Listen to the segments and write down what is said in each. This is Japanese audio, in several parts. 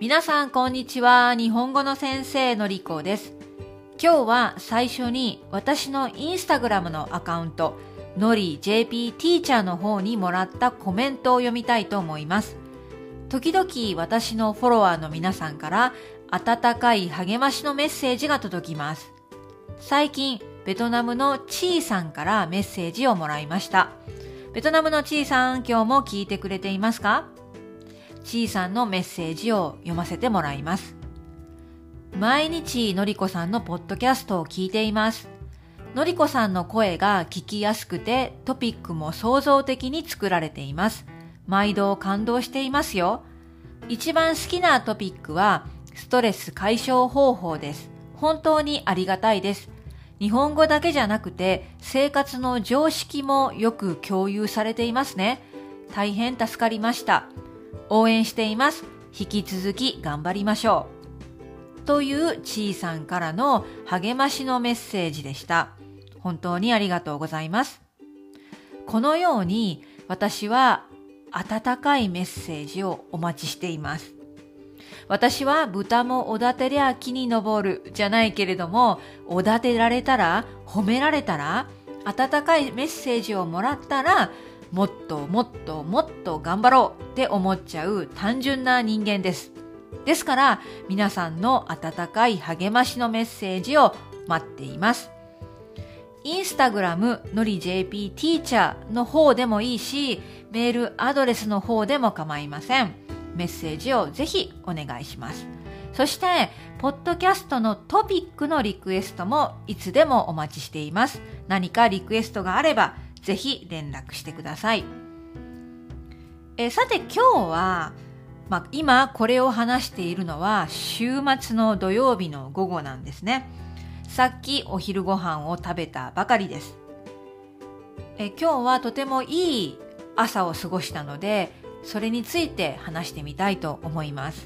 皆さんこんにちは。日本語の先生のりこです。今日は最初に私のインスタグラムのアカウントのり JP ティーチャーの方にもらったコメントを読みたいと思います。時々私のフォロワーの皆さんから温かい励ましのメッセージが届きます。最近ベトナムのチーさんからメッセージをもらいました。ベトナムのチーさん、今日も聞いてくれていますか？チーさんのメッセージを読ませてもらいます。毎日のりこさんのポッドキャストを聞いています。のりこさんの声が聞きやすくてトピックも創造的に作られています。毎度感動していますよ。一番好きなトピックはストレス解消方法です。本当にありがたいです。日本語だけじゃなくて生活の常識もよく共有されていますね。大変助かりました。応援しています。引き続き頑張りましょう。というちーさんからの励ましのメッセージでした。本当にありがとうございます。このように私は温かいメッセージをお待ちしています。私は豚もおだてりゃ木に登るじゃないけれども、おだてられたら、褒められたら、温かいメッセージをもらったら、もっともっともっと頑張ろうって思っちゃう単純な人間です。ですから皆さんの温かい励ましのメッセージを待っています。インスタグラムのり JP ティーチャーの方でもいいし、メールアドレスの方でも構いません。メッセージをぜひお願いします。そしてポッドキャストのトピックのリクエストもいつでもお待ちしています。何かリクエストがあればぜひ連絡してください。さて今日は、今これを話しているのは週末の土曜日の午後なんですね。さっきお昼ご飯を食べたばかりです。今日はとてもいい朝を過ごしたので、それについて話してみたいと思います。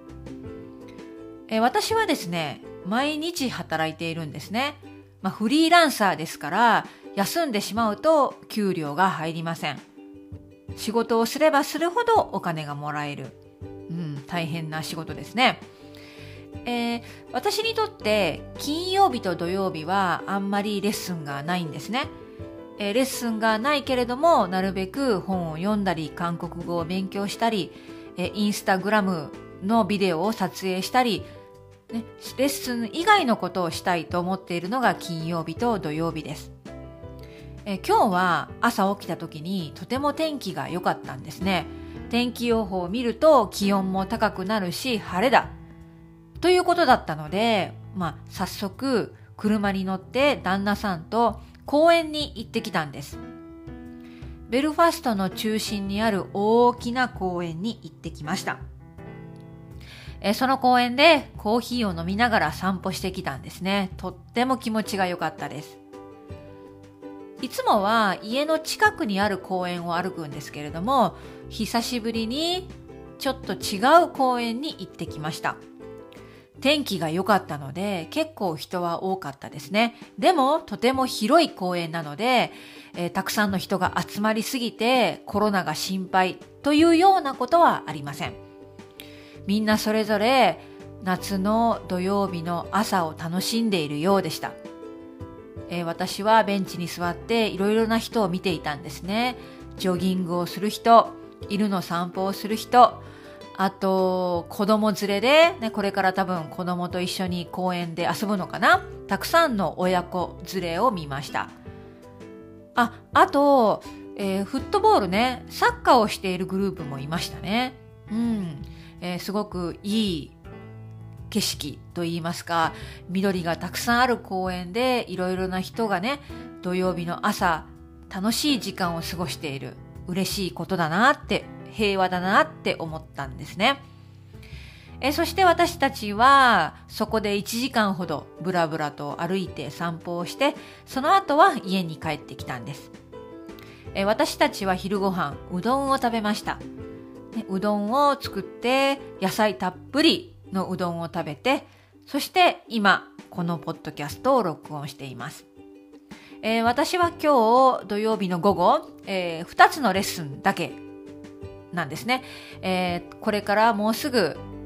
私はですね、毎日働いているんですね。フリーランサーですから休んでしまうと給料が入りません。仕事をすればするほどお金がもらえる。大変な仕事ですね。私にとって金曜日と土曜日はあんまりレッスンがないんですね。レッスンがないけれども、なるべく本を読んだり、韓国語を勉強したり、インスタグラムのビデオを撮影したり、レッスン以外のことをしたいと思っているのが金曜日と土曜日です。今日は朝起きた時にとても天気が良かったんですね。天気予報を見ると気温も高くなるし晴れだということだったので、早速車に乗って旦那さんと公園に行ってきたんです。ベルファストの中心にある大きな公園に行ってきました。その公園でコーヒーを飲みながら散歩してきたんですね。とっても気持ちが良かったです。いつもは家の近くにある公園を歩くんですけれども、久しぶりにちょっと違う公園に行ってきました。天気が良かったので結構人は多かったですね。でもとても広い公園なので、たくさんの人が集まりすぎてコロナが心配というようなことはありません。みんなそれぞれ夏の土曜日の朝を楽しんでいるようでした。私はベンチに座っていろいろな人を見ていたんですね。ジョギングをする人、犬の散歩をする人、あと子供連れで、これから多分子供と一緒に公園で遊ぶのかな。たくさんの親子連れを見ました。あと、フットボールね、サッカーをしているグループもいましたね。すごくいい景色といいますか、緑がたくさんある公園でいろいろな人がね、土曜日の朝楽しい時間を過ごしている。嬉しいことだなって、平和だなって思ったんですね。そして私たちはそこで1時間ほどブラブラと歩いて散歩をして、その後は家に帰ってきたんです。私たちは昼ご飯うどんを食べました。うどんを作って野菜たっぷりのうどんを食べて、そして今このポッドキャストを録音しています。私は今日土曜日の午後、2つのレッスンだけなんですね。これからもうすぐ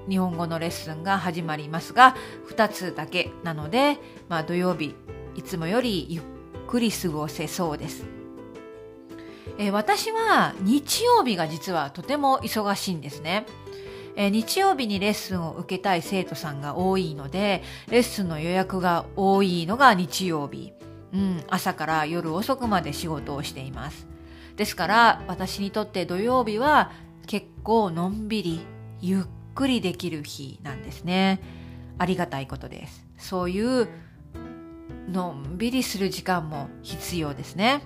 日本語のレッスンが始まりますが、2つだけなので、土曜日いつもよりゆっくり過ごせそうです。私は日曜日が実はとても忙しいんですね。日曜日にレッスンを受けたい生徒さんが多いので、レッスンの予約が多いのが日曜日。朝から夜遅くまで仕事をしています。ですから私にとって土曜日は結構のんびりゆっくりできる日なんですね。ありがたいことです。そういうのんびりする時間も必要ですね。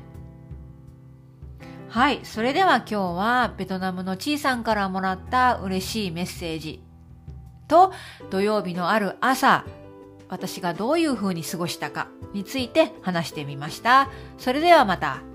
はい、それでは今日はベトナムのちいさんからもらった嬉しいメッセージと土曜日のある朝、私がどういうふうに過ごしたかについて話してみました。それではまた。